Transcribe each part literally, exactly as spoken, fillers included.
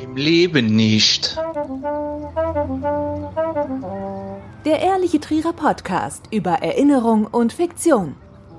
Im Leben nicht. Der Ehrliche Trierer Podcast über Erinnerung und Fiktion.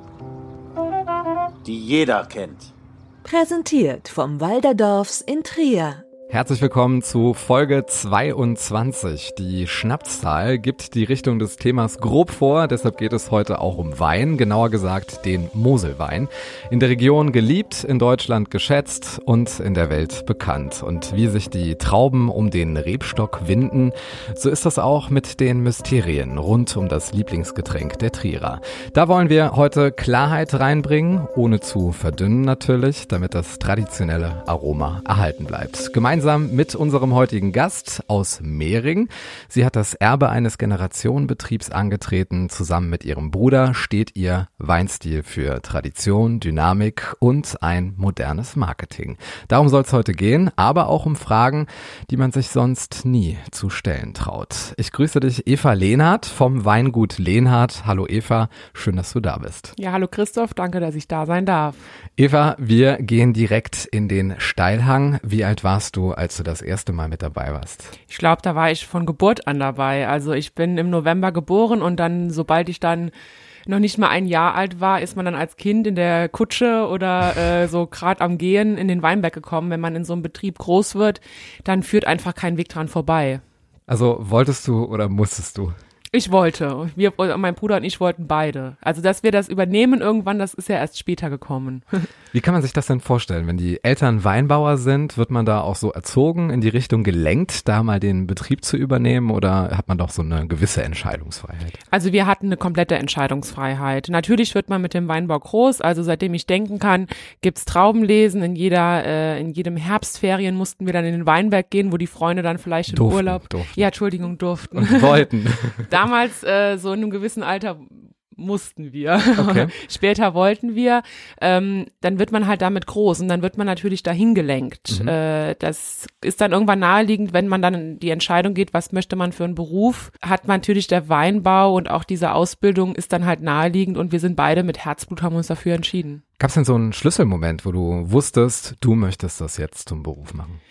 Die jeder kennt. Präsentiert vom Walderdorfs in Trier. Herzlich willkommen zu Folge zweiundzwanzig. Die Schnapszahl gibt die Richtung des Themas grob vor, deshalb geht es heute auch um Wein, genauer gesagt den Moselwein. In der Region geliebt, in Deutschland geschätzt und in der Welt bekannt. Und wie sich die Trauben um den Rebstock winden, so ist das auch mit den Mysterien rund um das Lieblingsgetränk der Trierer. Da wollen wir heute Klarheit reinbringen, ohne zu verdünnen natürlich, damit das traditionelle Aroma erhalten bleibt. Gemeinsam Gemeinsam mit unserem heutigen Gast aus Mehring. Sie hat das Erbe eines Generationenbetriebs angetreten. Zusammen mit ihrem Bruder steht ihr Weinstil für Tradition, Dynamik und ein modernes Marketing. Darum soll es heute gehen, aber auch um Fragen, die man sich sonst nie zu stellen traut. Ich grüße dich, Eva Lehnhardt vom Weingut Lehnhardt. Hallo Eva, schön, dass du da bist. Ja, hallo Christoph, danke, dass ich da sein darf. Eva, wir gehen direkt in den Steilhang. Wie alt warst du, als du das erste Mal mit dabei warst? Ich glaube, da war ich von Geburt an dabei. Also ich bin im November geboren und dann, sobald ich dann noch nicht mal ein Jahr alt war, ist man dann als Kind in der Kutsche oder äh, so gerade am Gehen in den Weinberg gekommen. Wenn man in so einem Betrieb groß wird, dann führt einfach kein Weg dran vorbei. Also wolltest du oder musstest du? Ich wollte. Wir, mein Bruder und ich wollten beide. Also, dass wir das übernehmen irgendwann, das ist ja erst später gekommen. Wie kann man sich das denn vorstellen? Wenn die Eltern Weinbauer sind, wird man da auch so erzogen, in die Richtung gelenkt, da mal den Betrieb zu übernehmen, oder hat man doch so eine gewisse Entscheidungsfreiheit? Also wir hatten eine komplette Entscheidungsfreiheit. Natürlich wird man mit dem Weinbau groß. Also seitdem ich denken kann, gibt's Traubenlesen. In jeder, äh, in jedem Herbstferien mussten wir dann in den Weinberg gehen, wo die Freunde dann vielleicht in durften, Urlaub, durften. ja, Entschuldigung, durften. Und wollten. Damals, äh, so in einem gewissen Alter, mussten wir. Okay. Später wollten wir. Ähm, dann wird man halt damit groß und dann wird man natürlich dahin gelenkt. Mhm. Äh, das ist dann irgendwann naheliegend, wenn man dann in die Entscheidung geht, was möchte man für einen Beruf, hat man natürlich der Weinbau und auch diese Ausbildung ist dann halt naheliegend und wir sind beide mit Herzblut, haben uns dafür entschieden. Gab es denn so einen Schlüsselmoment, wo du wusstest, du möchtest das jetzt zum Beruf machen?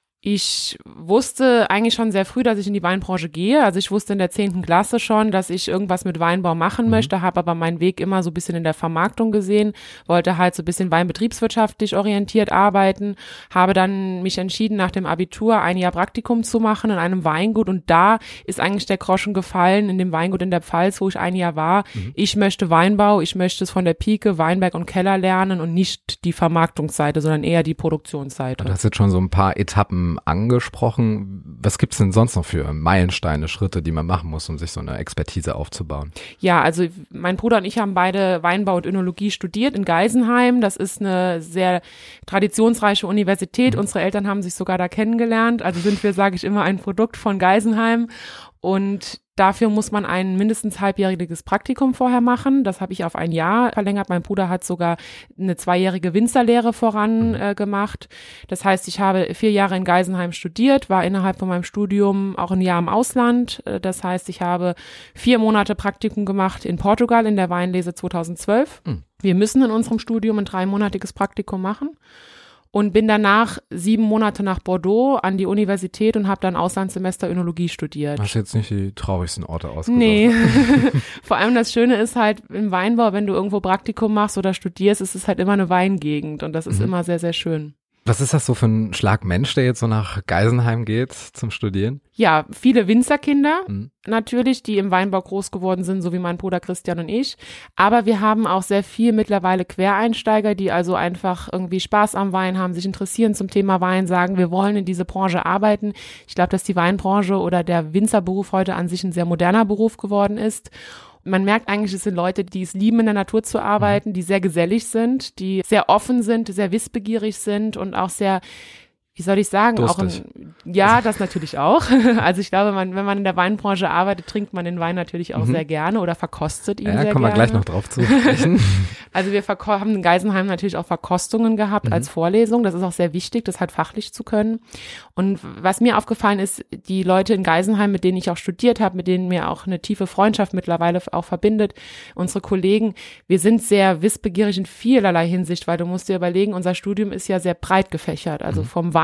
Ich wusste eigentlich schon sehr früh, dass ich in die Weinbranche gehe. Also ich wusste in der zehnten Klasse schon, dass ich irgendwas mit Weinbau machen mhm. möchte, habe aber meinen Weg immer so ein bisschen in der Vermarktung gesehen, wollte halt so ein bisschen weinbetriebswirtschaftlich orientiert arbeiten, habe dann mich entschieden, nach dem Abitur ein Jahr Praktikum zu machen in einem Weingut und da ist eigentlich der Groschen gefallen, in dem Weingut in der Pfalz, wo ich ein Jahr war. Mhm. Ich möchte Weinbau, ich möchte es von der Pike, Weinberg und Keller lernen und nicht die Vermarktungsseite, sondern eher die Produktionsseite. Du hast jetzt schon so ein paar Etappen angesprochen. Was gibt's denn sonst noch für Meilensteine, Schritte, die man machen muss, um sich so eine Expertise aufzubauen? Ja, also mein Bruder und ich haben beide Weinbau und Önologie studiert in Geisenheim. Das ist eine sehr traditionsreiche Universität. Mhm. Unsere Eltern haben sich sogar da kennengelernt. Also sind wir, sage ich immer, ein Produkt von Geisenheim. Und dafür muss man ein mindestens halbjähriges Praktikum vorher machen. Das habe ich auf ein Jahr verlängert. Mein Bruder hat sogar eine zweijährige Winzerlehre voran äh, gemacht. Das heißt, ich habe vier Jahre in Geisenheim studiert, war innerhalb von meinem Studium auch ein Jahr im Ausland. Das heißt, ich habe vier Monate Praktikum gemacht in Portugal in der Weinlese zweitausendzwölf. Mhm. Wir müssen in unserem Studium ein dreimonatiges Praktikum machen. Und bin danach sieben Monate nach Bordeaux an die Universität und habe dann Auslandssemester Önologie studiert. Hast du jetzt nicht die traurigsten Orte ausgesucht? Nee. Vor allem das Schöne ist halt im Weinbau, wenn du irgendwo Praktikum machst oder studierst, ist es halt immer eine Weingegend und das ist mhm. immer sehr, sehr schön. Was ist das so für ein Schlag Mensch, der jetzt so nach Geisenheim geht zum Studieren? Ja, viele Winzerkinder mhm. natürlich, die im Weinbau groß geworden sind, so wie mein Bruder Christian und ich. Aber wir haben auch sehr viel mittlerweile Quereinsteiger, die also einfach irgendwie Spaß am Wein haben, sich interessieren zum Thema Wein, sagen, wir wollen in diese Branche arbeiten. Ich glaube, dass die Weinbranche oder der Winzerberuf heute an sich ein sehr moderner Beruf geworden ist. Man merkt eigentlich, es sind Leute, die es lieben, in der Natur zu arbeiten, die sehr gesellig sind, die sehr offen sind, sehr wissbegierig sind und auch sehr, wie soll ich sagen, Durstig. auch ein, ja, das natürlich auch. Also ich glaube, man, wenn man in der Weinbranche arbeitet, trinkt man den Wein natürlich auch mhm. sehr gerne oder verkostet ihn ja, sehr gerne. Ja, kommen wir gleich noch drauf zu sprechen. Also wir verko- haben in Geisenheim natürlich auch Verkostungen gehabt mhm. als Vorlesung. Das ist auch sehr wichtig, das halt fachlich zu können. Und was mir aufgefallen ist, die Leute in Geisenheim, mit denen ich auch studiert habe, mit denen mir auch eine tiefe Freundschaft mittlerweile auch verbindet, unsere Kollegen, wir sind sehr wissbegierig in vielerlei Hinsicht, weil du musst dir überlegen, unser Studium ist ja sehr breit gefächert. Also mhm. vom Wein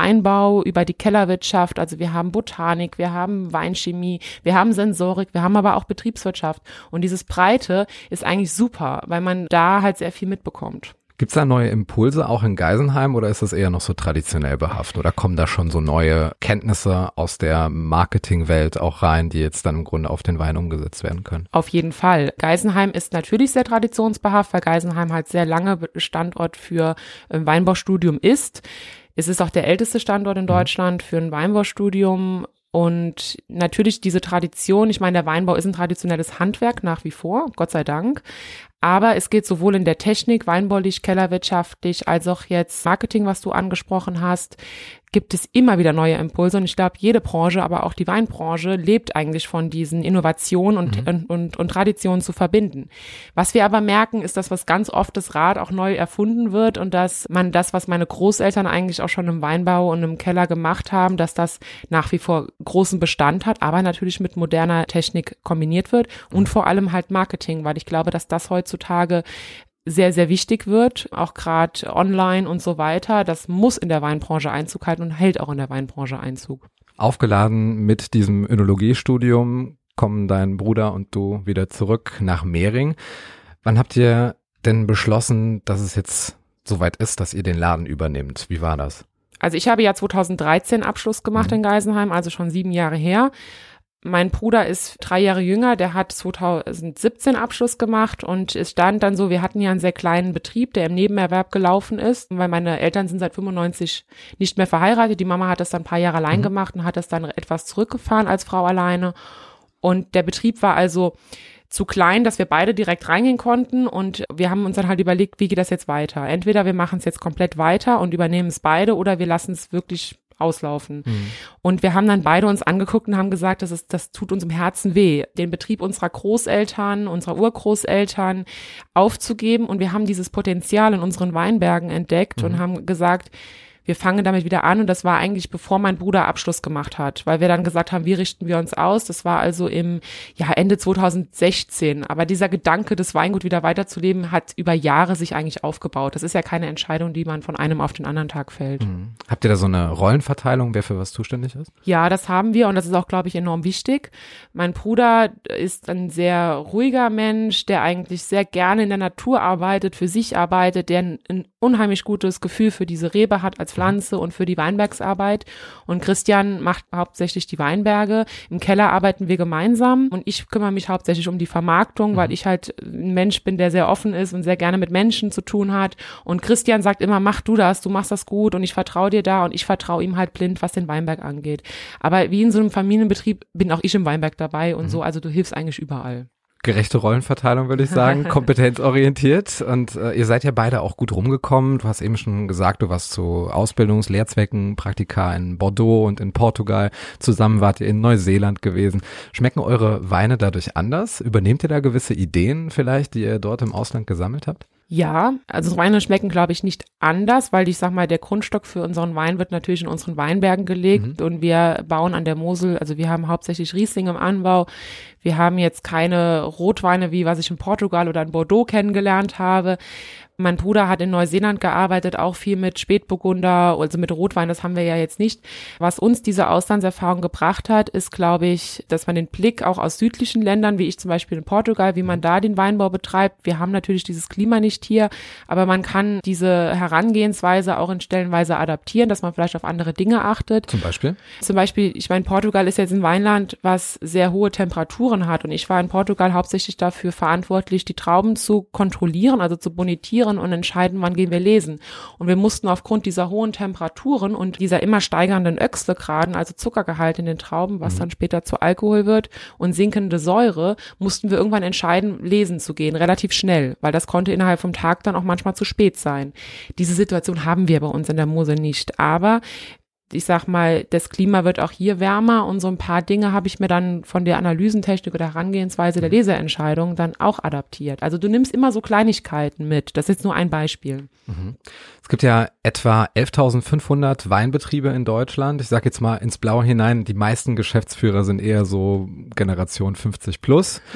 Weinbau über die Kellerwirtschaft, also wir haben Botanik, wir haben Weinchemie, wir haben Sensorik, wir haben aber auch Betriebswirtschaft. Und dieses Breite ist eigentlich super, weil man da halt sehr viel mitbekommt. Gibt's da neue Impulse auch in Geisenheim oder ist das eher noch so traditionell behaftet? Oder kommen da schon so neue Kenntnisse aus der Marketingwelt auch rein, die jetzt dann im Grunde auf den Wein umgesetzt werden können? Auf jeden Fall. Geisenheim ist natürlich sehr traditionsbehaftet, weil Geisenheim halt sehr lange Standort für ein Weinbaustudium ist. Es ist auch der älteste Standort in Deutschland für ein Weinbaustudium. Und natürlich diese Tradition, ich meine, der Weinbau ist ein traditionelles Handwerk nach wie vor, Gott sei Dank. Aber es geht sowohl in der Technik, weinbaulich, kellerwirtschaftlich, als auch jetzt Marketing, was du angesprochen hast, gibt es immer wieder neue Impulse. Und ich glaube, jede Branche, aber auch die Weinbranche, lebt eigentlich von diesen Innovationen und, mhm. und, und, und Traditionen zu verbinden. Was wir aber merken, ist, dass was ganz oft das Rad auch neu erfunden wird und dass man das, was meine Großeltern eigentlich auch schon im Weinbau und im Keller gemacht haben, dass das nach wie vor großen Bestand hat, aber natürlich mit moderner Technik kombiniert wird und vor allem halt Marketing, weil ich glaube, dass das heutzutage sehr, sehr wichtig wird, auch gerade online und so weiter. Das muss in der Weinbranche Einzug halten und hält auch in der Weinbranche Einzug. Aufgeladen mit diesem Önologiestudium kommen dein Bruder und du wieder zurück nach Mehring. Wann habt ihr denn beschlossen, dass es jetzt soweit ist, dass ihr den Laden übernimmt? Wie war das? Also ich habe ja zweitausenddreizehn Abschluss gemacht mhm. in Geisenheim, also schon sieben Jahre her. Mein Bruder ist drei Jahre jünger, der hat zweitausendsiebzehn Abschluss gemacht und es stand dann so, wir hatten ja einen sehr kleinen Betrieb, der im Nebenerwerb gelaufen ist, weil meine Eltern sind seit fünfundneunzig nicht mehr verheiratet. Die Mama hat das dann ein paar Jahre allein mhm. gemacht und hat das dann etwas zurückgefahren als Frau alleine. Und der Betrieb war also zu klein, dass wir beide direkt reingehen konnten und wir haben uns dann halt überlegt, wie geht das jetzt weiter? Entweder wir machen es jetzt komplett weiter und übernehmen es beide oder wir lassen es wirklich auslaufen. Mhm. Und wir haben dann beide uns angeguckt und haben gesagt, das ist, das tut uns im Herzen weh, den Betrieb unserer Großeltern, unserer Urgroßeltern aufzugeben. Und wir haben dieses Potenzial in unseren Weinbergen entdeckt mhm. und haben gesagt, wir fangen damit wieder an und das war eigentlich bevor mein Bruder Abschluss gemacht hat, weil wir dann gesagt haben, wie richten wir uns aus? Das war also im ja Ende zweitausendsechzehn, aber dieser Gedanke, das Weingut wieder weiterzuleben, hat über Jahre sich eigentlich aufgebaut. Das ist ja keine Entscheidung, die man von einem auf den anderen Tag fällt. Mhm. Habt ihr da so eine Rollenverteilung, wer für was zuständig ist? Ja, das haben wir und das ist auch, glaube ich, enorm wichtig. Mein Bruder ist ein sehr ruhiger Mensch, der eigentlich sehr gerne in der Natur arbeitet, für sich arbeitet, der ein, ein unheimlich gutes Gefühl für diese Rebe hat als Pflanze und für die Weinbergsarbeit. Und Christian macht hauptsächlich die Weinberge. Im Keller arbeiten wir gemeinsam und ich kümmere mich hauptsächlich um die Vermarktung, mhm. weil ich halt ein Mensch bin, der sehr offen ist und sehr gerne mit Menschen zu tun hat. Und Christian sagt immer, mach du das, du machst das gut und ich vertraue dir da und ich vertraue ihm halt blind, was den Weinberg angeht. Aber wie in so einem Familienbetrieb bin auch ich im Weinberg dabei und mhm. so, also du hilfst eigentlich überall. Gerechte Rollenverteilung, würde ich sagen, kompetenzorientiert und äh, ihr seid ja beide auch gut rumgekommen. Du hast eben schon gesagt, du warst zu Ausbildungs-, Lehrzwecken, Praktika in Bordeaux und in Portugal. Zusammen wart ihr in Neuseeland gewesen. Schmecken eure Weine dadurch anders? Übernehmt ihr da gewisse Ideen vielleicht, die ihr dort im Ausland gesammelt habt? Ja, also Weine schmecken, glaube ich, nicht anders, weil ich sag mal, der Grundstock für unseren Wein wird natürlich in unseren Weinbergen gelegt mhm. und wir bauen an der Mosel, also wir haben hauptsächlich Riesling im Anbau. Wir haben jetzt keine Rotweine, wie was ich in Portugal oder in Bordeaux kennengelernt habe. Mein Bruder hat in Neuseeland gearbeitet, auch viel mit Spätburgunder, also mit Rotwein, das haben wir ja jetzt nicht. Was uns diese Auslandserfahrung gebracht hat, ist, glaube ich, dass man den Blick auch aus südlichen Ländern, wie ich zum Beispiel in Portugal, wie man da den Weinbau betreibt. Wir haben natürlich dieses Klima nicht hier, aber man kann diese Herangehensweise auch in Stellenweise adaptieren, dass man vielleicht auf andere Dinge achtet. Zum Beispiel? Zum Beispiel, ich meine, Portugal ist jetzt ein Weinland, was sehr hohe Temperaturen hat und ich war in Portugal hauptsächlich dafür verantwortlich, die Trauben zu kontrollieren, also zu bonitieren und entscheiden, wann gehen wir lesen. Und wir mussten aufgrund dieser hohen Temperaturen und dieser immer steigenden Öchslegraden, also Zuckergehalt in den Trauben, was mhm. dann später zu Alkohol wird und sinkende Säure, mussten wir irgendwann entscheiden, lesen zu gehen, relativ schnell, weil das konnte innerhalb vom Tag dann auch manchmal zu spät sein. Diese Situation haben wir bei uns in der Mosel nicht, aber ich sag mal, das Klima wird auch hier wärmer und so ein paar Dinge habe ich mir dann von der Analysentechnik oder Herangehensweise der Leseentscheidung dann auch adaptiert. Also du nimmst immer so Kleinigkeiten mit. Das ist jetzt nur ein Beispiel. Mhm. Es gibt ja etwa elftausendfünfhundert Weinbetriebe in Deutschland. Ich sage jetzt mal ins Blaue hinein, die meisten Geschäftsführer sind eher so Generation fünfzig plus.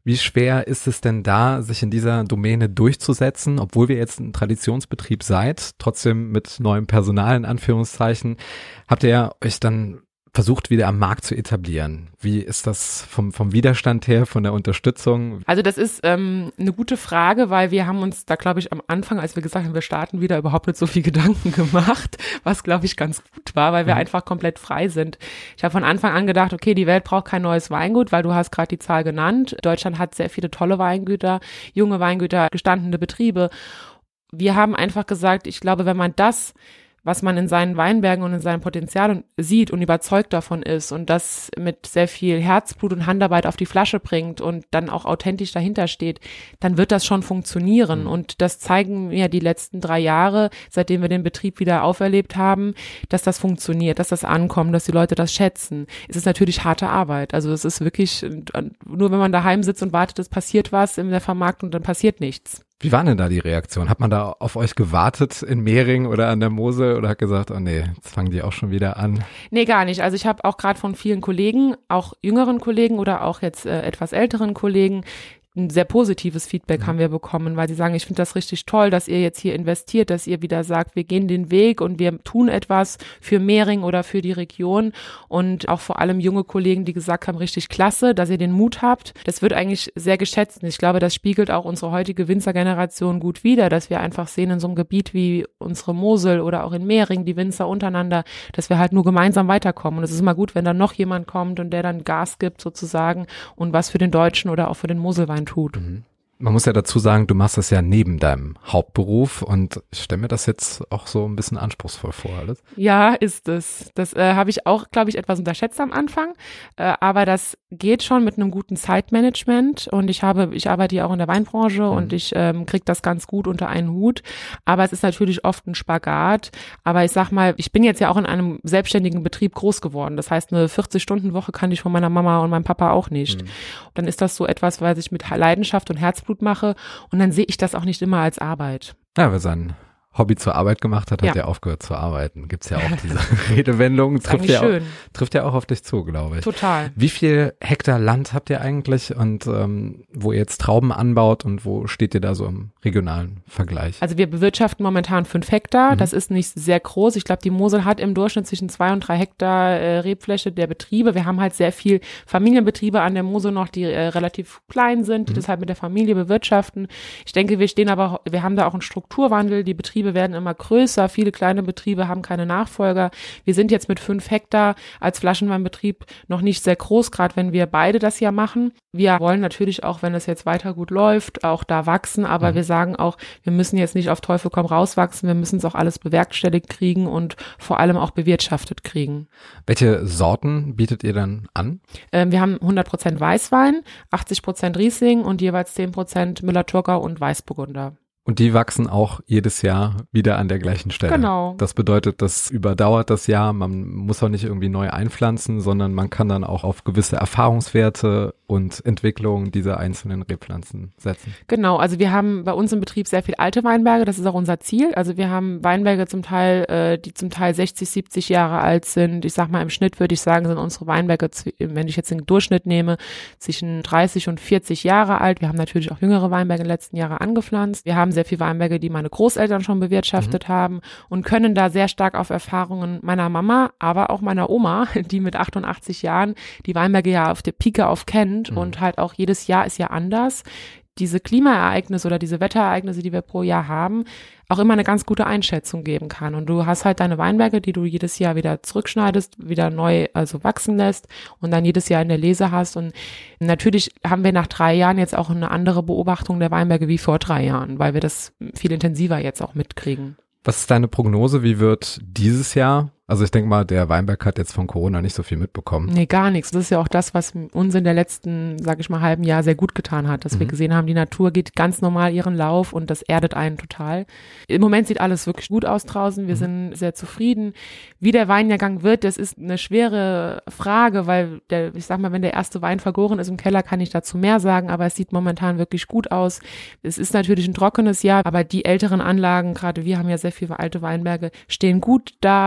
Wie schwer ist es denn da, sich in dieser Domäne durchzusetzen, obwohl wir jetzt ein Traditionsbetrieb seid, trotzdem mit neuem Personal in Anführungszeichen, habt ihr euch dann versucht, wieder am Markt zu etablieren? Wie ist das vom, vom Widerstand her, von der Unterstützung? Also das ist ähm, eine gute Frage, weil wir haben uns da, glaube ich, am Anfang, als wir gesagt haben, wir starten wieder, überhaupt nicht so viel Gedanken gemacht, was, glaube ich, ganz gut war, weil wir mhm. einfach komplett frei sind. Ich habe von Anfang an gedacht, okay, die Welt braucht kein neues Weingut, weil du hast gerade die Zahl genannt. Deutschland hat sehr viele tolle Weingüter, junge Weingüter, gestandene Betriebe. Wir haben einfach gesagt, ich glaube, wenn man das, was man in seinen Weinbergen und in seinem Potenzial sieht und überzeugt davon ist und das mit sehr viel Herzblut und Handarbeit auf die Flasche bringt und dann auch authentisch dahinter steht, dann wird das schon funktionieren. Mhm. Und das zeigen mir die letzten drei Jahre, seitdem wir den Betrieb wieder auferlebt haben, dass das funktioniert, dass das ankommt, dass die Leute das schätzen. Es ist natürlich harte Arbeit. Also es ist wirklich, nur wenn man daheim sitzt und wartet, es passiert was in der Vermarktung, dann passiert nichts. Wie war denn da die Reaktion? Hat man da auf euch gewartet in Mehring oder an der Mosel oder hat gesagt, oh nee, jetzt fangen die auch schon wieder an? Nee, gar nicht. Also ich habe auch gerade von vielen Kollegen, auch jüngeren Kollegen oder auch jetzt äh, etwas älteren Kollegen, ein sehr positives Feedback haben wir bekommen, weil sie sagen, ich finde das richtig toll, dass ihr jetzt hier investiert, dass ihr wieder sagt, wir gehen den Weg und wir tun etwas für Mehring oder für die Region und auch vor allem junge Kollegen, die gesagt haben, richtig klasse, dass ihr den Mut habt. Das wird eigentlich sehr geschätzt und ich glaube, das spiegelt auch unsere heutige Winzergeneration gut wider, dass wir einfach sehen in so einem Gebiet wie unsere Mosel oder auch in Mehring, die Winzer untereinander, dass wir halt nur gemeinsam weiterkommen und es ist immer gut, wenn dann noch jemand kommt und der dann Gas gibt sozusagen und was für den deutschen oder auch für den Moselwein tut. Mhm. Man muss ja dazu sagen, du machst das ja neben deinem Hauptberuf und ich stelle mir das jetzt auch so ein bisschen anspruchsvoll vor, alles. Ja, ist es. Das äh, habe ich auch, glaube ich, etwas unterschätzt am Anfang, äh, aber das geht schon mit einem guten Zeitmanagement und ich habe, ich arbeite ja auch in der Weinbranche mhm. und ich ähm, kriege das ganz gut unter einen Hut, aber es ist natürlich oft ein Spagat, aber ich sag mal, ich bin jetzt ja auch in einem selbstständigen Betrieb groß geworden, das heißt, eine vierzig-Stunden-Woche kann ich von meiner Mama und meinem Papa auch nicht. Mhm. Dann ist das so etwas, was ich mit Leidenschaft und Herzblut mache und dann sehe ich das auch nicht immer als Arbeit. Ja, wer sein Hobby zur Arbeit gemacht hat, hat ja, ja aufgehört zu arbeiten. Gibt's ja auch diese Redewendung. Trifft ja, auch, trifft ja auch auf dich zu, glaube ich. Total. Wie viel Hektar Land habt ihr eigentlich und ähm, wo ihr jetzt Trauben anbaut und wo steht ihr da so im regionalen Vergleich? Also wir bewirtschaften momentan fünf Hektar. Mhm. Das ist nicht sehr groß. Ich glaube, die Mosel hat im Durchschnitt zwischen zwei und drei Hektar äh, Rebfläche der Betriebe. Wir haben halt sehr viel Familienbetriebe an der Mosel noch, die äh, relativ klein sind, die mhm. das halt mit der Familie bewirtschaften. Ich denke, wir stehen aber, wir haben da auch einen Strukturwandel. Die Betriebe werden immer größer. Viele kleine Betriebe haben keine Nachfolger. Wir sind jetzt mit fünf Hektar als Flaschenweinbetrieb noch nicht sehr groß, gerade wenn wir beide das ja machen. Wir wollen natürlich auch, wenn es jetzt weiter gut läuft, auch da wachsen, aber mhm. wir sagen auch, wir müssen jetzt nicht auf Teufel komm raus wachsen, wir müssen es auch alles bewerkstelligt kriegen und vor allem auch bewirtschaftet kriegen. Welche Sorten bietet ihr dann an? Ähm, wir haben hundert Prozent Weißwein, achtzig Prozent Riesling und jeweils zehn Prozent Müller-Thurgau und Weißburgunder. Und die wachsen auch jedes Jahr wieder an der gleichen Stelle. Genau. Das bedeutet, das überdauert das Jahr. Man muss auch nicht irgendwie neu einpflanzen, sondern man kann dann auch auf gewisse Erfahrungswerte und Entwicklung dieser einzelnen Rebpflanzen setzen. Genau, also wir haben bei uns im Betrieb sehr viel alte Weinberge, das ist auch unser Ziel. Also wir haben Weinberge zum Teil, äh, die zum Teil sechzig, siebzig Jahre alt sind. Ich sag mal, im Schnitt würde ich sagen, sind unsere Weinberge, wenn ich jetzt den Durchschnitt nehme, zwischen dreißig und vierzig Jahre alt. Wir haben natürlich auch jüngere Weinberge in den letzten Jahren angepflanzt. Wir haben sehr viele Weinberge, die meine Großeltern schon bewirtschaftet mhm. haben und können da sehr stark auf Erfahrungen meiner Mama, aber auch meiner Oma, die mit achtundachtzig Jahren die Weinberge ja auf der Pike auf kennt mhm. und halt auch jedes Jahr ist ja anders. Diese Klimaereignisse oder diese Wetterereignisse, die wir pro Jahr haben, auch immer eine ganz gute Einschätzung geben kann. Und du hast halt deine Weinberge, die du jedes Jahr wieder zurückschneidest, wieder neu also wachsen lässt und dann jedes Jahr in der Lese hast. Und natürlich haben wir nach drei Jahren jetzt auch eine andere Beobachtung der Weinberge wie vor drei Jahren, weil wir das viel intensiver jetzt auch mitkriegen. Was ist deine Prognose? Wie wird dieses Jahr? Also ich denke mal, der Weinberg hat jetzt von Corona nicht so viel mitbekommen. Nee, gar nichts. Das ist ja auch das, was uns in der letzten, sag ich mal, halben Jahr sehr gut getan hat, dass mhm. wir gesehen haben, die Natur geht ganz normal ihren Lauf und das erdet einen total. Im Moment sieht alles wirklich gut aus draußen. Wir mhm. sind sehr zufrieden. Wie der Weinjahrgang wird, das ist eine schwere Frage, weil der, ich sag mal, wenn der erste Wein vergoren ist im Keller, kann ich dazu mehr sagen, aber es sieht momentan wirklich gut aus. Es ist natürlich ein trockenes Jahr, aber die älteren Anlagen, gerade wir haben ja sehr viele alte Weinberge, stehen gut da. Die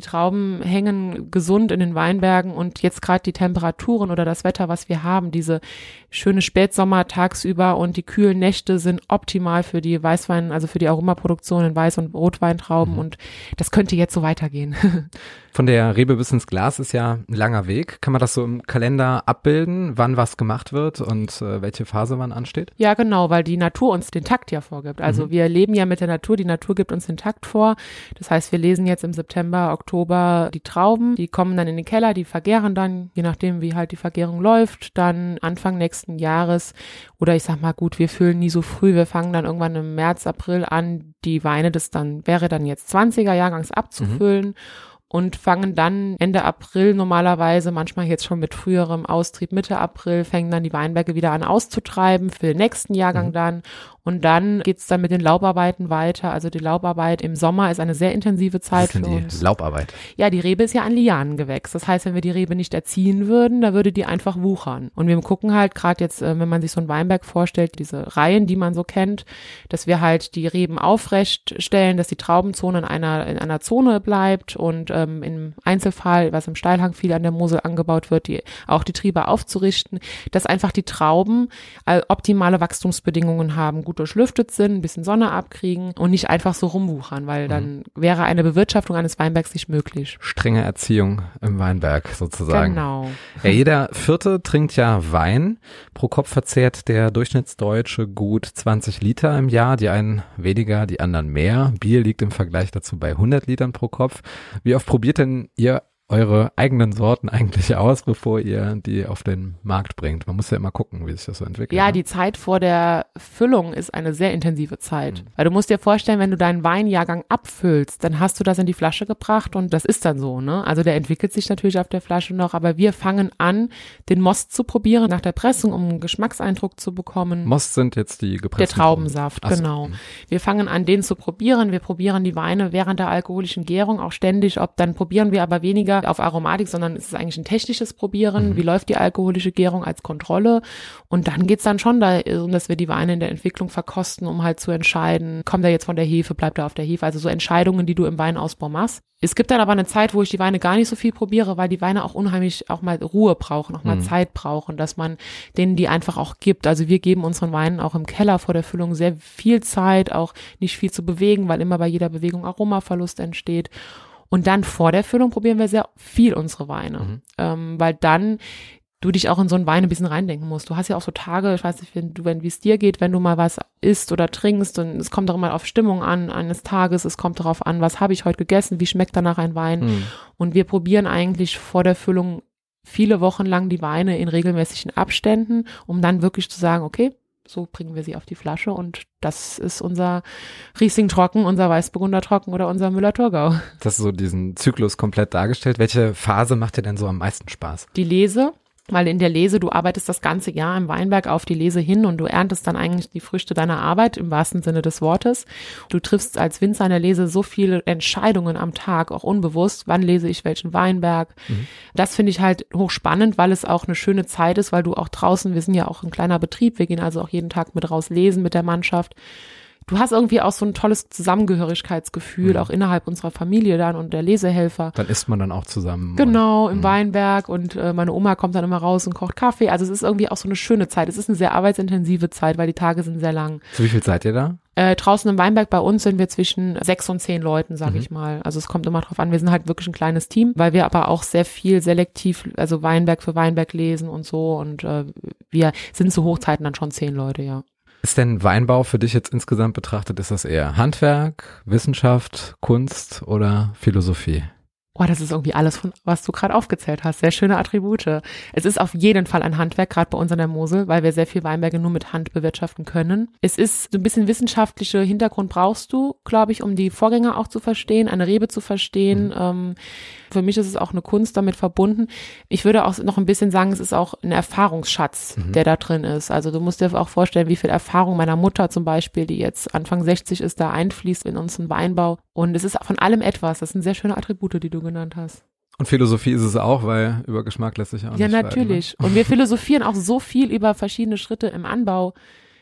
Trauben hängen gesund in den Weinbergen und jetzt gerade die Temperaturen oder das Wetter, was wir haben, diese schöne Spätsommer tagsüber und die kühlen Nächte sind optimal für die Weißwein, also für die Aromaproduktion in Weiß- und Rotweintrauben mhm. und das könnte jetzt so weitergehen. Von der Rebe bis ins Glas ist ja ein langer Weg. Kann man das so im Kalender abbilden, wann was gemacht wird und äh, welche Phase wann ansteht? Ja, genau, weil die Natur uns den Takt ja vorgibt. Also mhm. wir leben ja mit der Natur, die Natur gibt uns den Takt vor. Das heißt, wir lesen jetzt im September, Oktober die Trauben, die kommen dann in den Keller, die vergären dann, je nachdem wie halt die Vergärung läuft, dann Anfang nächsten Jahres oder ich sag mal gut, wir füllen nie so früh, wir fangen dann irgendwann im März, April an, die Weine, das dann wäre dann jetzt zwanziger Jahrgangs abzufüllen. Mhm. Und fangen dann Ende April normalerweise, manchmal jetzt schon mit früherem Austrieb Mitte April, fängen dann die Weinberge wieder an auszutreiben für den nächsten Jahrgang mhm. dann. Und dann geht's dann mit den Laubarbeiten weiter. Also die Laubarbeit im Sommer ist eine sehr intensive Zeit für uns. Was ist denn die Laubarbeit? Ja, die Rebe ist ja ein Lianengewächs. Das heißt, wenn wir die Rebe nicht erziehen würden, da würde die einfach wuchern. Und wir gucken halt gerade jetzt, wenn man sich so einen Weinberg vorstellt, diese Reihen, die man so kennt, dass wir halt die Reben aufrecht stellen, dass die Traubenzone in einer, in einer Zone bleibt und ähm, im Einzelfall, was im Steilhang viel an der Mosel angebaut wird, die, auch die Triebe aufzurichten, dass einfach die Trauben äh, optimale Wachstumsbedingungen haben, gut durchlüftet sind, ein bisschen Sonne abkriegen und nicht einfach so rumwuchern, weil dann mhm. wäre eine Bewirtschaftung eines Weinbergs nicht möglich. Strenge Erziehung im Weinberg sozusagen. Genau. Ja, jeder Vierte trinkt ja Wein. Pro Kopf verzehrt der Durchschnittsdeutsche gut zwanzig Liter im Jahr, die einen weniger, die anderen mehr. Bier liegt im Vergleich dazu bei hundert Litern pro Kopf. Wie oft probiert denn ihr eure eigenen Sorten eigentlich aus, bevor ihr die auf den Markt bringt? Man muss ja immer gucken, wie sich das so entwickelt. Ja, ne? Die Zeit vor der Füllung ist eine sehr intensive Zeit. Mhm. Weil du musst dir vorstellen, wenn du deinen Weinjahrgang abfüllst, dann hast du das in die Flasche gebracht und das ist dann so, ne? Also der entwickelt sich natürlich auf der Flasche noch, aber wir fangen an, den Most zu probieren nach der Pressung, um einen Geschmackseindruck zu bekommen. Most sind jetzt die gepressten? Der Traubensaft, Ach so. genau. Wir fangen an, den zu probieren. Wir probieren die Weine während der alkoholischen Gärung auch ständig, ob dann probieren wir aber weniger auf Aromatik, sondern es ist eigentlich ein technisches Probieren. Mhm. Wie läuft die alkoholische Gärung als Kontrolle? Und dann geht's dann schon darum, dass wir die Weine in der Entwicklung verkosten, um halt zu entscheiden, kommt er jetzt von der Hefe, bleibt er auf der Hefe? Also so Entscheidungen, die du im Weinausbau machst. Es gibt dann aber eine Zeit, wo ich die Weine gar nicht so viel probiere, weil die Weine auch unheimlich auch mal Ruhe brauchen, auch mal mhm. Zeit brauchen, dass man denen die einfach auch gibt. Also wir geben unseren Weinen auch im Keller vor der Füllung sehr viel Zeit, auch nicht viel zu bewegen, weil immer bei jeder Bewegung Aromaverlust entsteht. Und dann vor der Füllung probieren wir sehr viel unsere Weine, mhm. ähm, weil dann du dich auch in so einen Wein ein bisschen reindenken musst. Du hast ja auch so Tage, ich weiß nicht, wenn du, wenn wie es dir geht, wenn du mal was isst oder trinkst und es kommt auch immer auf Stimmung an eines Tages, es kommt darauf an, was habe ich heute gegessen, wie schmeckt danach ein Wein. Mhm. Und wir probieren eigentlich vor der Füllung viele Wochen lang die Weine in regelmäßigen Abständen, um dann wirklich zu sagen, okay, so bringen wir sie auf die Flasche und das ist unser Riesling trocken, unser Weißburgunder trocken oder unser Müller-Thurgau. Das ist so diesen Zyklus komplett dargestellt. Welche Phase macht dir denn so am meisten Spaß? Die Lese. Weil in der Lese, du arbeitest das ganze Jahr im Weinberg auf die Lese hin und du erntest dann eigentlich die Früchte deiner Arbeit im wahrsten Sinne des Wortes. Du triffst als Winzer in der Lese so viele Entscheidungen am Tag, auch unbewusst. Wann lese ich welchen Weinberg? Mhm. Das finde ich halt hochspannend, weil es auch eine schöne Zeit ist, weil du auch draußen, wir sind ja auch ein kleiner Betrieb, wir gehen also auch jeden Tag mit raus lesen mit der Mannschaft. Du hast irgendwie auch so ein tolles Zusammengehörigkeitsgefühl, mhm. auch innerhalb unserer Familie dann und der Lesehelfer. Dann isst man dann auch zusammen. Genau, und, im mh. Weinberg und äh, meine Oma kommt dann immer raus und kocht Kaffee. Also es ist irgendwie auch so eine schöne Zeit. Es ist eine sehr arbeitsintensive Zeit, weil die Tage sind sehr lang. Zu wie viel seid ihr da? Äh, draußen im Weinberg bei uns sind wir zwischen sechs und zehn Leuten, sag mhm. ich mal. Also es kommt immer drauf an. Wir sind halt wirklich ein kleines Team, weil wir aber auch sehr viel selektiv, also Weinberg für Weinberg lesen und so. Und äh, wir sind zu Hochzeiten dann schon zehn Leute, ja. Ist denn Weinbau für dich jetzt insgesamt betrachtet, ist das eher Handwerk, Wissenschaft, Kunst oder Philosophie? Oh, das ist irgendwie alles, von was du gerade aufgezählt hast. Sehr schöne Attribute. Es ist auf jeden Fall ein Handwerk, gerade bei uns an der Mosel, weil wir sehr viel Weinberge nur mit Hand bewirtschaften können. Es ist so ein bisschen wissenschaftliche Hintergrund brauchst du, glaube ich, um die Vorgänger auch zu verstehen, eine Rebe zu verstehen. Mhm. Ähm, für mich ist es auch eine Kunst damit verbunden. Ich würde auch noch ein bisschen sagen, es ist auch ein Erfahrungsschatz, mhm. der da drin ist. Also du musst dir auch vorstellen, wie viel Erfahrung meiner Mutter zum Beispiel, die jetzt Anfang sechzig ist, da einfließt in unseren Weinbau. Und es ist von allem etwas. Das sind sehr schöne Attribute, die du genannt hast. Und Philosophie ist es auch, weil über Geschmack lässt sich auch ja, nicht natürlich. Streiten, ne? Und wir philosophieren auch so viel über verschiedene Schritte im Anbau.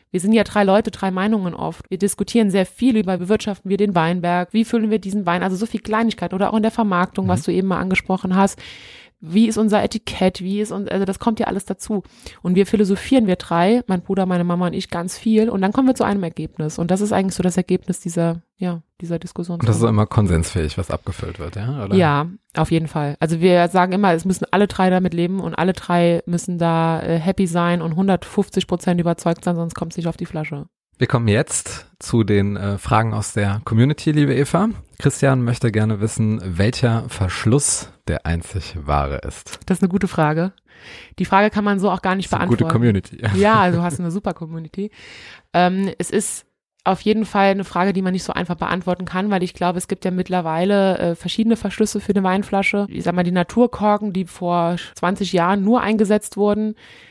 Wir sind ja drei Leute, drei Meinungen oft. Wir diskutieren sehr viel über, bewirtschaften wir den Weinberg, wie füllen wir diesen Wein, also so viel Kleinigkeit oder auch in der Vermarktung, mhm. was du eben mal angesprochen hast. Wie ist unser Etikett, wie ist uns, also das kommt ja alles dazu. Und wir philosophieren, wir drei, mein Bruder, meine Mama und ich, ganz viel und dann kommen wir zu einem Ergebnis. Und das ist eigentlich so das Ergebnis dieser, ja, dieser Diskussion. Und das ist immer konsensfähig, was abgefüllt wird, ja? Oder? Ja, auf jeden Fall. Also wir sagen immer, es müssen alle drei damit leben und alle drei müssen da äh, happy sein und hundertfünfzig Prozent überzeugt sein, sonst kommt es nicht auf die Flasche. Wir kommen jetzt zu den äh, Fragen aus der Community, liebe Eva. Christian möchte gerne wissen, welcher Verschluss der einzig wahre ist. Das ist eine gute Frage. Die Frage kann man so auch gar nicht das ist beantworten. Eine gute Community. Ja, du hast eine super Community. Ähm, es ist auf jeden Fall eine Frage, die man nicht so einfach beantworten kann, weil ich glaube, es gibt ja mittlerweile äh, verschiedene Verschlüsse für eine Weinflasche. Ich sag mal, die Naturkorken, die vor zwanzig Jahren nur eingesetzt wurden,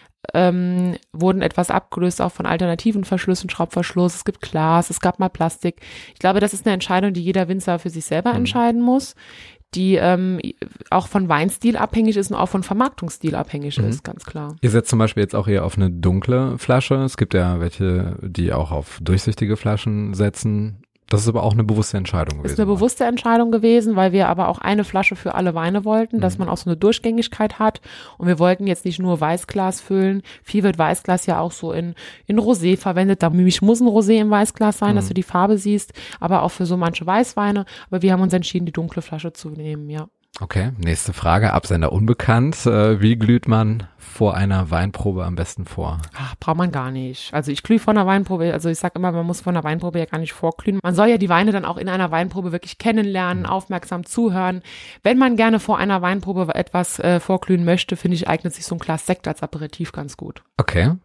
Ähm, wurden etwas abgelöst auch von alternativen Verschlüssen, Schraubverschluss, es gibt Glas, es gab mal Plastik. Ich glaube, das ist eine Entscheidung, die jeder Winzer für sich selber mhm. entscheiden muss, die ähm, auch von Weinstil abhängig ist und auch von Vermarktungsstil abhängig mhm. ist, ganz klar. Ihr setzt zum Beispiel jetzt auch hier auf eine dunkle Flasche. Es gibt ja welche, die auch auf durchsichtige Flaschen setzen. Das ist aber auch eine bewusste Entscheidung gewesen. Ist eine bewusste Entscheidung gewesen, weil wir aber auch eine Flasche für alle Weine wollten, mhm. dass man auch so eine Durchgängigkeit hat. Und wir wollten jetzt nicht nur Weißglas füllen. Viel wird Weißglas ja auch so in, in Rosé verwendet. Da muss ein Rosé im Weißglas sein, mhm. dass du die Farbe siehst, aber auch für so manche Weißweine. Aber wir haben uns entschieden, die dunkle Flasche zu nehmen, ja. Okay, nächste Frage, Absender unbekannt. Äh, wie glüht man vor einer Weinprobe am besten vor? Ach, braucht man gar nicht. Also ich glühe vor einer Weinprobe, also ich sag immer, man muss vor einer Weinprobe ja gar nicht vorglühen. Man soll ja die Weine dann auch in einer Weinprobe wirklich kennenlernen, mhm. aufmerksam zuhören. Wenn man gerne vor einer Weinprobe etwas äh, vorglühen möchte, finde ich, eignet sich so ein Glas Sekt als Aperitif ganz gut. Okay.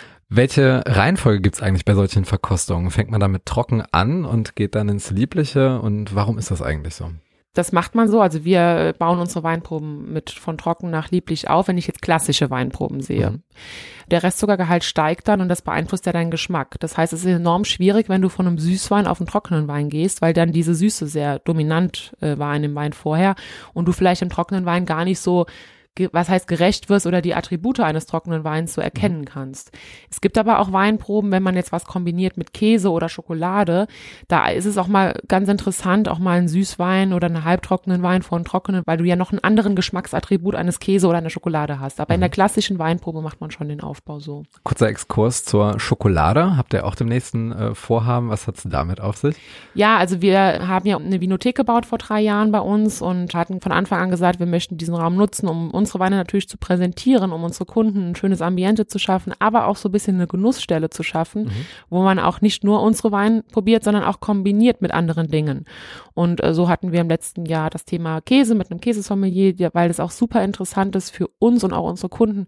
Welche Reihenfolge gibt's eigentlich bei solchen Verkostungen? Fängt man damit trocken an und geht dann ins Liebliche? Und warum ist das eigentlich so? Das macht man so, also wir bauen unsere Weinproben mit von trocken nach lieblich auf, wenn ich jetzt klassische Weinproben sehe. Mhm. Der Restzuckergehalt steigt dann und das beeinflusst ja deinen Geschmack. Das heißt, es ist enorm schwierig, wenn du von einem Süßwein auf einen trockenen Wein gehst, weil dann diese Süße sehr dominant äh, war in dem Wein vorher und du vielleicht im trockenen Wein gar nicht so was heißt gerecht wirst oder die Attribute eines trockenen Weins so erkennen kannst. Es gibt aber auch Weinproben, wenn man jetzt was kombiniert mit Käse oder Schokolade, da ist es auch mal ganz interessant, auch mal einen Süßwein oder einen halbtrockenen Wein vor einem trockenen, weil du ja noch einen anderen Geschmacksattribut eines Käse oder einer Schokolade hast. Aber mhm. in der klassischen Weinprobe macht man schon den Aufbau so. Kurzer Exkurs zur Schokolade. Habt ihr auch dem nächsten äh, Vorhaben? Was hat's damit auf sich? Ja, also wir haben ja eine Vinothek gebaut vor drei Jahren bei uns und hatten von Anfang an gesagt, wir möchten diesen Raum nutzen, um unsere Weine natürlich zu präsentieren, um unsere Kunden ein schönes Ambiente zu schaffen, aber auch so ein bisschen eine Genussstelle zu schaffen, mhm. wo man auch nicht nur unsere Weine probiert, sondern auch kombiniert mit anderen Dingen. Und äh, so hatten wir im letzten Jahr das Thema Käse mit einem Käsesommelier, weil das auch super interessant ist für uns und auch unsere Kunden,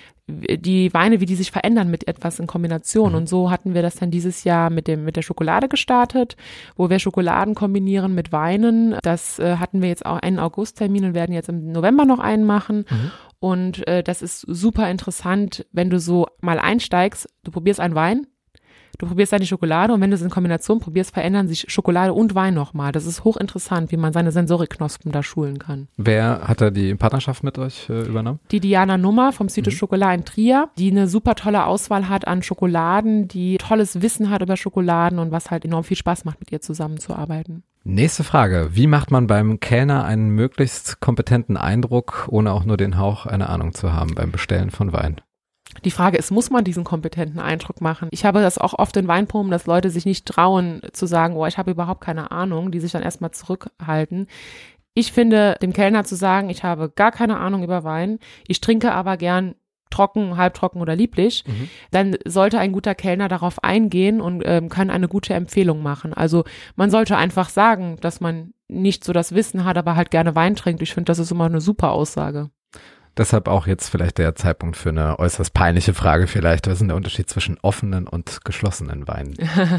die Weine, wie die sich verändern mit etwas in Kombination. Mhm. Und so hatten wir das dann dieses Jahr mit dem mit der Schokolade gestartet, wo wir Schokoladen kombinieren mit Weinen. Das äh, hatten wir jetzt auch einen Augusttermin und werden jetzt im November noch einen machen. Mhm. Und äh, das ist super interessant, wenn du so mal einsteigst, du probierst einen Wein, du probierst deine Schokolade und wenn du es in Kombination probierst, verändern sich Schokolade und Wein nochmal. Das ist hochinteressant, wie man seine Sensoriknospen da schulen kann. Wer hat da die Partnerschaft mit euch äh, übernommen? Die Diana Nummer vom Südische mhm. Schokolade in Trier, die eine super tolle Auswahl hat an Schokoladen, die tolles Wissen hat über Schokoladen und was halt enorm viel Spaß macht, mit ihr zusammenzuarbeiten. Nächste Frage. Wie macht man beim Kellner einen möglichst kompetenten Eindruck, ohne auch nur den Hauch einer Ahnung zu haben beim Bestellen von Wein? Die Frage ist, muss man diesen kompetenten Eindruck machen? Ich habe das auch oft in Weinproben, dass Leute sich nicht trauen zu sagen, oh, ich habe überhaupt keine Ahnung, die sich dann erstmal zurückhalten. Ich finde, dem Kellner zu sagen, ich habe gar keine Ahnung über Wein, ich trinke aber gern trocken, halbtrocken oder lieblich, mhm. dann sollte ein guter Kellner darauf eingehen und ähm, kann eine gute Empfehlung machen. Also man sollte einfach sagen, dass man nicht so das Wissen hat, aber halt gerne Wein trinkt. Ich finde, das ist immer eine super Aussage. Deshalb auch jetzt vielleicht der Zeitpunkt für eine äußerst peinliche Frage vielleicht. Was ist denn der Unterschied zwischen offenen und geschlossenen Weinen?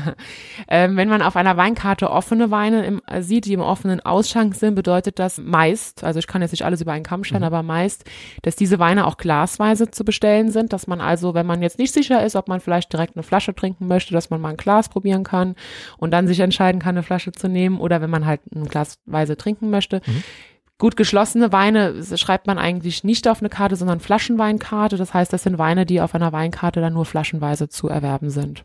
ähm, wenn man auf einer Weinkarte offene Weine im, äh, sieht, die im offenen Ausschank sind, bedeutet das meist, also ich kann jetzt nicht alles über einen Kamm stellen, mhm. aber meist, dass diese Weine auch glasweise zu bestellen sind, dass man also, wenn man jetzt nicht sicher ist, ob man vielleicht direkt eine Flasche trinken möchte, dass man mal ein Glas probieren kann und dann sich entscheiden kann, eine Flasche zu nehmen oder wenn man halt ein Glasweise trinken möchte. Mhm. Gut geschlossene Weine schreibt man eigentlich nicht auf eine Karte, sondern Flaschenweinkarte. Das heißt, das sind Weine, die auf einer Weinkarte dann nur flaschenweise zu erwerben sind.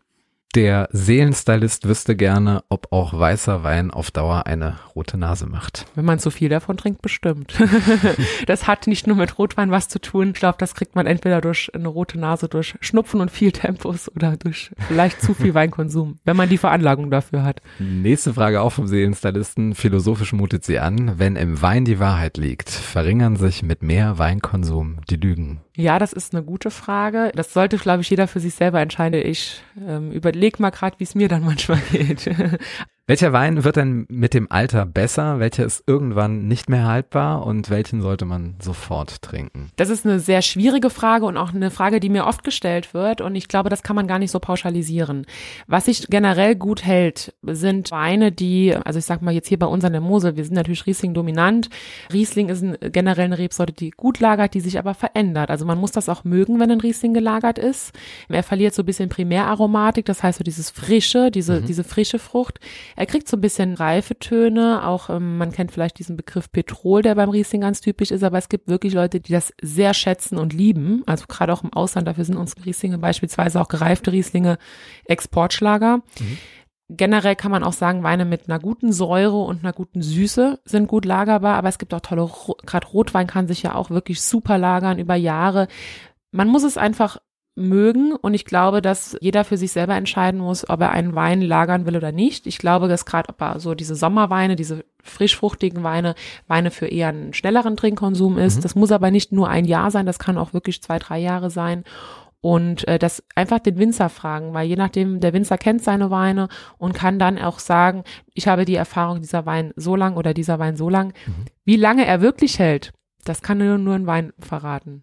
Der Seelenstylist wüsste gerne, ob auch weißer Wein auf Dauer eine rote Nase macht. Wenn man zu viel davon trinkt, bestimmt. Das hat nicht nur mit Rotwein was zu tun. Ich glaube, das kriegt man entweder durch eine rote Nase, durch Schnupfen und viel Tempos oder durch vielleicht zu viel Weinkonsum, wenn man die Veranlagung dafür hat. Nächste Frage auch vom Seelenstylisten. Philosophisch mutet sie an. Wenn im Wein die Wahrheit liegt, verringern sich mit mehr Weinkonsum die Lügen. Ja, das ist eine gute Frage. Das sollte, glaube ich, jeder für sich selber entscheiden. Ich ähm, überlege mal gerade, wie es mir dann manchmal geht. Welcher Wein wird denn mit dem Alter besser? Welcher ist irgendwann nicht mehr haltbar und welchen sollte man sofort trinken? Das ist eine sehr schwierige Frage und auch eine Frage, die mir oft gestellt wird und ich glaube, das kann man gar nicht so pauschalisieren. Was sich generell gut hält, sind Weine, die, also ich sag mal jetzt hier bei uns an der Mosel, wir sind natürlich Riesling dominant. Riesling ist ein, generell eine Rebsorte, die gut lagert, die sich aber verändert. Also man muss das auch mögen, wenn ein Riesling gelagert ist. Er verliert so ein bisschen Primäraromatik, das heißt so dieses Frische, diese, mhm. diese frische Frucht. Er kriegt so ein bisschen Reifetöne, auch ähm, man kennt vielleicht diesen Begriff Petrol, der beim Riesling ganz typisch ist, aber es gibt wirklich Leute, die das sehr schätzen und lieben, also gerade auch im Ausland, dafür sind unsere Rieslinge beispielsweise auch gereifte Rieslinge Exportschlager. Mhm. Generell kann man auch sagen, Weine mit einer guten Säure und einer guten Süße sind gut lagerbar, aber es gibt auch tolle, gerade Rotwein kann sich ja auch wirklich super lagern über Jahre. Man muss es einfach mögen und ich glaube, dass jeder für sich selber entscheiden muss, ob er einen Wein lagern will oder nicht. Ich glaube, dass gerade so diese Sommerweine, diese frischfruchtigen Weine, Weine für eher einen schnelleren Trinkkonsum ist. Mhm. Das muss aber nicht nur ein Jahr sein, das kann auch wirklich zwei, drei Jahre sein. Und äh, das einfach den Winzer fragen, weil je nachdem, der Winzer kennt seine Weine und kann dann auch sagen, ich habe die Erfahrung, dieser Wein so lang oder dieser Wein so lang. Mhm. Wie lange er wirklich hält, das kann nur, nur ein Wein verraten.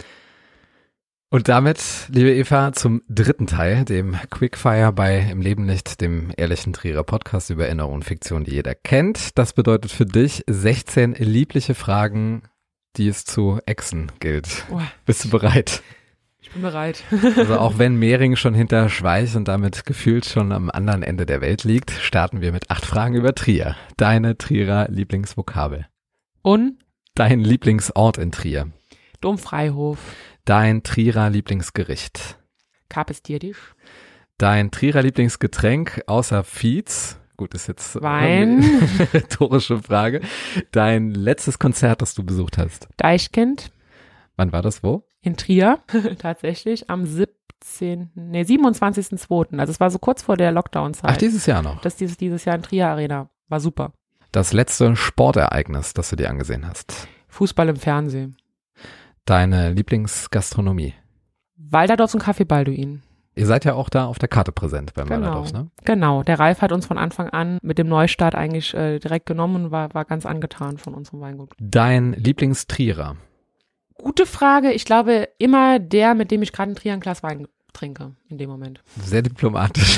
Und damit, liebe Eva, zum dritten Teil, dem Quickfire bei Im Leben nicht, dem ehrlichen Trierer Podcast über Erinnerung und Fiktion, die jeder kennt. Das bedeutet für dich sechzehn liebliche Fragen, die es zu exen gilt. Oh. Bist du bereit? Ich bin bereit. Also auch wenn Mehring schon hinter Schweich und damit gefühlt schon am anderen Ende der Welt liegt, starten wir mit acht Fragen über Trier. Deine Trierer Lieblingsvokabel. Und? Dein Lieblingsort in Trier. Domfreihof. Dein Trierer Lieblingsgericht. Kapes Dierdisch. Dein Trierer Lieblingsgetränk außer Fietz. Gut, ist jetzt Wein. eine rhetorische Frage. Dein letztes Konzert, das du besucht hast. Deichkind. Wann war das, wo? In Trier, tatsächlich, am siebzehnten, nee, siebenundzwanzigsten zweiten Also es war so kurz vor der Lockdown-Zeit. Ach, dieses Jahr noch? Das dieses, dieses Jahr in Trier Arena. War super. Das letzte Sportereignis, das du dir angesehen hast. Fußball im Fernsehen. Deine Lieblingsgastronomie? Walderdorfs und Café Balduin. Ihr seid ja auch da auf der Karte präsent beim genau. Walderdorfs, ne? Genau, der Ralf hat uns von Anfang an mit dem Neustart eigentlich äh, direkt genommen und war, war ganz angetan von unserem Weingut. Dein Lieblingstrierer? Gute Frage. Ich glaube, immer der, mit dem ich gerade in Trier ein Glas Wein trinke, in dem Moment. Sehr diplomatisch.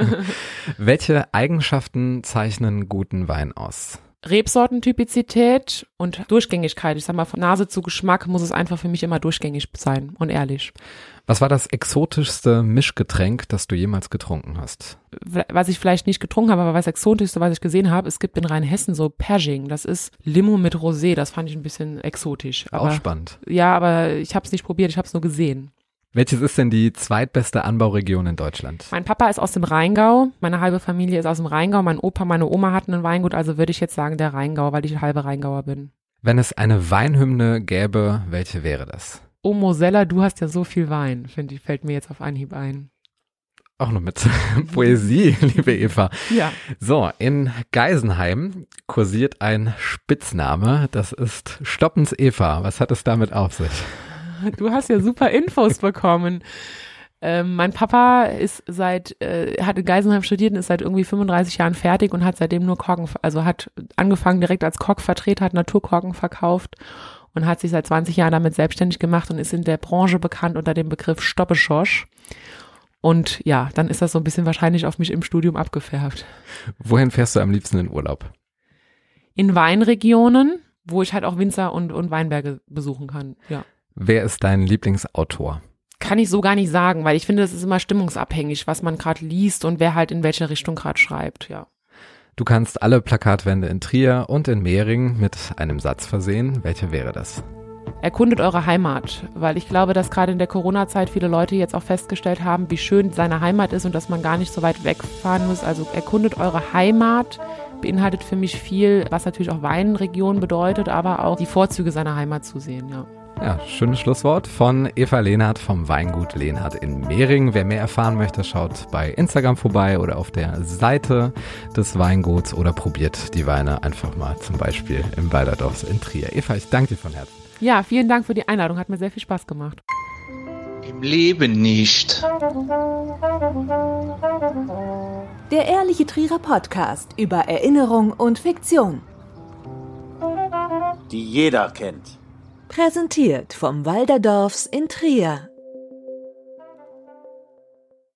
Welche Eigenschaften zeichnen guten Wein aus? Rebsortentypizität und Durchgängigkeit. Ich sag mal, von Nase zu Geschmack muss es einfach für mich immer durchgängig sein und ehrlich. Was war das exotischste Mischgetränk, das du jemals getrunken hast? Was ich vielleicht nicht getrunken habe, aber was exotischste, was ich gesehen habe, es gibt in Rheinhessen so Pershing. Das ist Limo mit Rosé. Das fand ich ein bisschen exotisch. Aber, auch spannend. Ja, aber ich habe es nicht probiert, ich habe es nur gesehen. Welches ist denn die zweitbeste Anbauregion in Deutschland? Mein Papa ist aus dem Rheingau, meine halbe Familie ist aus dem Rheingau, mein Opa, meine Oma hatten ein Weingut, also würde ich jetzt sagen der Rheingau, weil ich halbe Rheingauer bin. Wenn es eine Weinhymne gäbe, welche wäre das? Oh Mosella, du hast ja so viel Wein, finde ich, fällt mir jetzt auf Anhieb ein. Auch noch mit Poesie, liebe Eva. Ja. So, in Geisenheim kursiert ein Spitzname, das ist Stoppens Eva. Was hat es damit auf sich? Du hast ja super Infos bekommen. Ähm, mein Papa ist seit, äh, hat in Geisenheim studiert und ist seit irgendwie fünfunddreißig Jahren fertig und hat seitdem nur Korken, also hat angefangen direkt als Kochvertreter, hat Naturkorken verkauft und hat sich seit zwanzig Jahren damit selbstständig gemacht und ist in der Branche bekannt unter dem Begriff Stoppeschosch. Und ja, dann ist das so ein bisschen wahrscheinlich auf mich im Studium abgefärbt. Wohin fährst du am liebsten in Urlaub? In Weinregionen, wo ich halt auch Winzer und, und Weinberge besuchen kann, ja. Wer ist dein Lieblingsautor? Kann ich so gar nicht sagen, weil ich finde, das ist immer stimmungsabhängig, was man gerade liest und wer halt in welche Richtung gerade schreibt, ja. Du kannst alle Plakatwände in Trier und in Mehring mit einem Satz versehen. Welcher wäre das? erkundet eure Heimat, weil ich glaube, dass gerade in der Corona-Zeit viele Leute jetzt auch festgestellt haben, wie schön seine Heimat ist und dass man gar nicht so weit wegfahren muss. Also erkundet eure Heimat, beinhaltet für mich viel, was natürlich auch Weinregion bedeutet, aber auch die Vorzüge seiner Heimat zu sehen, ja. Ja, schönes Schlusswort von Eva Lehnhardt vom Weingut Lehnhardt in Mehringen. Wer mehr erfahren möchte, schaut bei Instagram vorbei oder auf der Seite des Weinguts oder probiert die Weine einfach mal zum Beispiel im Walderdorf in Trier. Eva, ich danke dir von Herzen. Ja, vielen Dank für die Einladung, hat mir sehr viel Spaß gemacht. Im Leben nicht. Der Ehrliche Trierer Podcast über Erinnerung und Fiktion. Die jeder kennt. Präsentiert vom Walderdorfs in Trier.